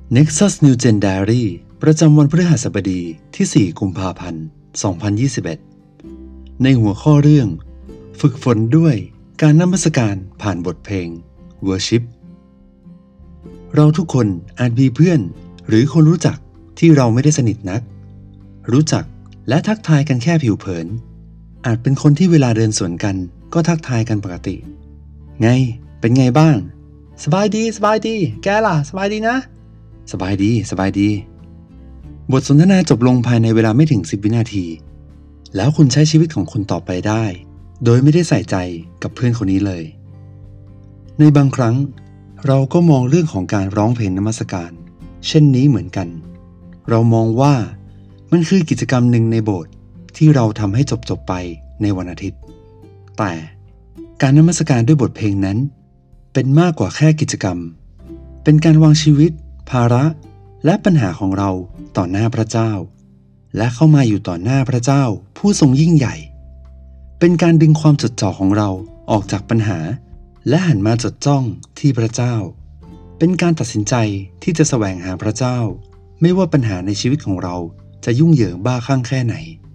Nexus New Gen Diary ประจำวันพฤหัสบดีที่ 4 กุมภาพันธ์ 2021 ในหัวข้อเรื่องฝึกฝนด้วยการนมัสการผ่านบทเพลง Worship เราทุกคนอาจมีเพื่อนหรือคนรู้จักที่เราไม่ได้สนิทนักรู้จักและทักทายกันแค่ผิวเผินอาจเป็นคนที่เวลาเดินสวนกันก็ทักทายกันปกติไงเป็นไงบ้างสบายดีแกล่ะสบายดีนะสบายดีบทสนทนาจบลงภายในเวลาไม่ถึง10 วินาทีแล้วคุณใช้ชีวิตของคุณต่อไปได้โดยไม่ได้ใส่ใจกับเพื่อนคนนี้เลยในบางครั้งเราก็มองเรื่องของการร้องเพลงนมัสการเช่นนี้เหมือนกันเรามองว่ามันคือกิจกรรมหนึ่งในโบสถ์ที่เราทำให้จบไปในวันอาทิตย์แต่การนมัสการด้วยบทเพลงนั้นเป็นมากกว่าแค่กิจกรรมเป็นการวางชีวิตภาระและปัญหาของเราต่อหน้าพระเจ้าและเข้ามาอยู่ต่อหน้าพระเจ้าผู้ทรงยิ่งใหญ่เป็นการดึงความจดจ่อของเราออกจากปัญหาและหันมาจดจ้องที่พระเจ้าเป็นการตัดสินใจที่จะแสวงหาพระเจ้าไม่ว่าปัญหาในชีวิตของเราจะยุ่งเหยิงบ้าคลั่งแค่ไหน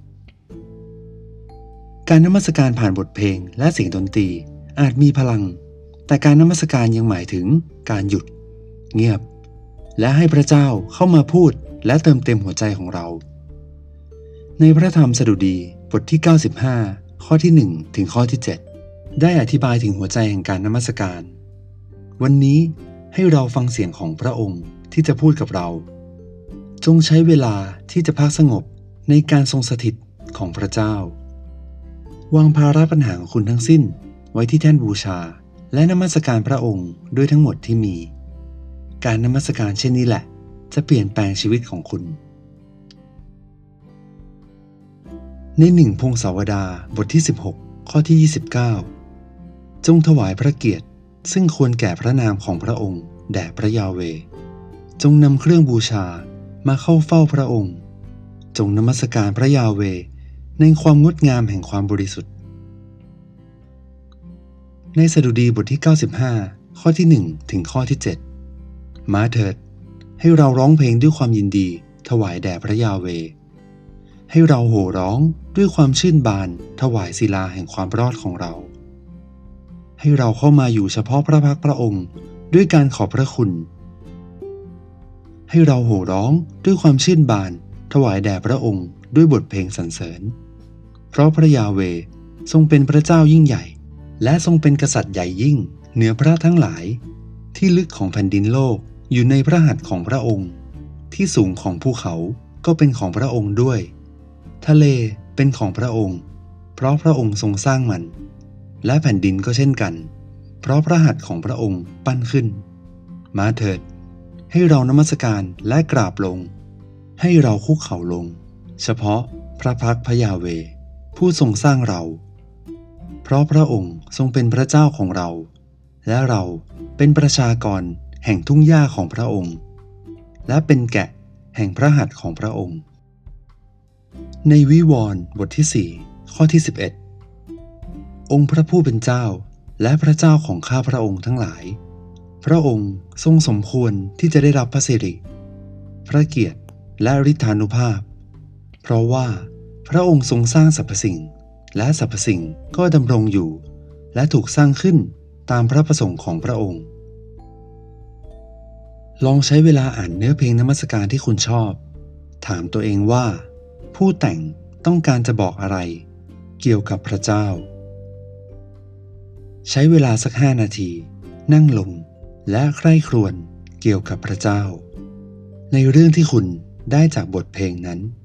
การนมัสการผ่านบทเพลงและเสียงดนตรีอาจมีพลังแต่การนมัสการยังหมายถึงการหยุดเงียบและให้พระเจ้าเข้ามาพูดและเติมเต็มหัวใจของเราในพระธรรมสดุดีบทที่95ข้อที่1ถึงข้อที่7ได้อธิบายถึงหัวใจแห่งการนมัสการวันนี้ให้เราฟังเสียงของพระองค์ที่จะพูดกับเราจงใช้เวลาที่จะพักสงบในการทรงสถิตของพระเจ้าวางภาระปัญหาของคุณทั้งสิ้นไว้ที่แท่นบูชาและนมัสการพระองค์ด้วยทั้งหมดที่มีการนมัสการเช่นนี้แหละจะเปลี่ยนแปลงชีวิตของคุณใน1 พงศาวดารบทที่16ข้อที่29จงถวายพระเกียรติซึ่งควรแก่พระนามของพระองค์แด่พระยาห์เวห์จงนำเครื่องบูชามาเข้าเฝ้าพระองค์จงนมัสการพระยาห์เวห์ในความงดงามแห่งความบริสุทธิ์ในสดุดีบทที่95ข้อที่1ถึงข้อที่7มาเถิดให้เราร้องเพลงด้วยความยินดีถวายแด่พระยาห์เวห์ให้เราโห่ร้องด้วยความชื่นบานถวายศิลาแห่งความรอดของเราให้เราเข้ามาอยู่เฉพาะพระพักตร์พระองค์ด้วยการขอบพระคุณให้เราโห่ร้องด้วยความชื่นบานถวายแด่พระองค์ด้วยบทเพลงสรรเสริญเพราะพระยาห์เวห์ทรงเป็นพระเจ้ายิ่งใหญ่และทรงเป็นกษัตริย์ใหญ่ยิ่งเหนือพระทั้งหลายที่ลึกของแผ่นดินโลกอยู่ในพระหัตถ์ของพระองค์ที่สูงของภูเขาก็เป็นของพระองค์ด้วยทะเลเป็นของพระองค์เพราะพระองค์ทรงสร้างมันและแผ่นดินก็เช่นกันเพราะพระหัตถ์ของพระองค์ปั้นขึ้นมาเถิดให้เรานมัสการและกราบลงให้เราคุกเข่าลงเฉพาะพระพักตร์พระยาห์เวห์ผู้ทรงสร้างเราเพราะพระองค์ทรงเป็นพระเจ้าของเราและเราเป็นประชากรแห่งทุ่งหญ้าของพระองค์และเป็นแกะแห่งพระหัตถ์ของพระองค์ในวิวรณ์บทที่4ข้อที่11องค์พระผู้เป็นเจ้าและพระเจ้าของข้าพระองค์ทั้งหลายพระองค์ทรงสมควรที่จะได้รับพระสิริพระเกียรติและฤทธานุภาพเพราะว่าพระองค์ทรงสร้างสรรพสิ่งและสรรพสิ่งก็ดำรงอยู่และถูกสร้างขึ้นตามพระประสงค์ของพระองค์ลองใช้เวลาอ่านเนื้อเพลงนมัสการที่คุณชอบถามตัวเองว่าผู้แต่งต้องการจะบอกอะไรเกี่ยวกับพระเจ้าใช้เวลาสัก5 นาทีนั่งลงและใคร่ครวญเกี่ยวกับพระเจ้าในเรื่องที่คุณได้จากบทเพลงนั้น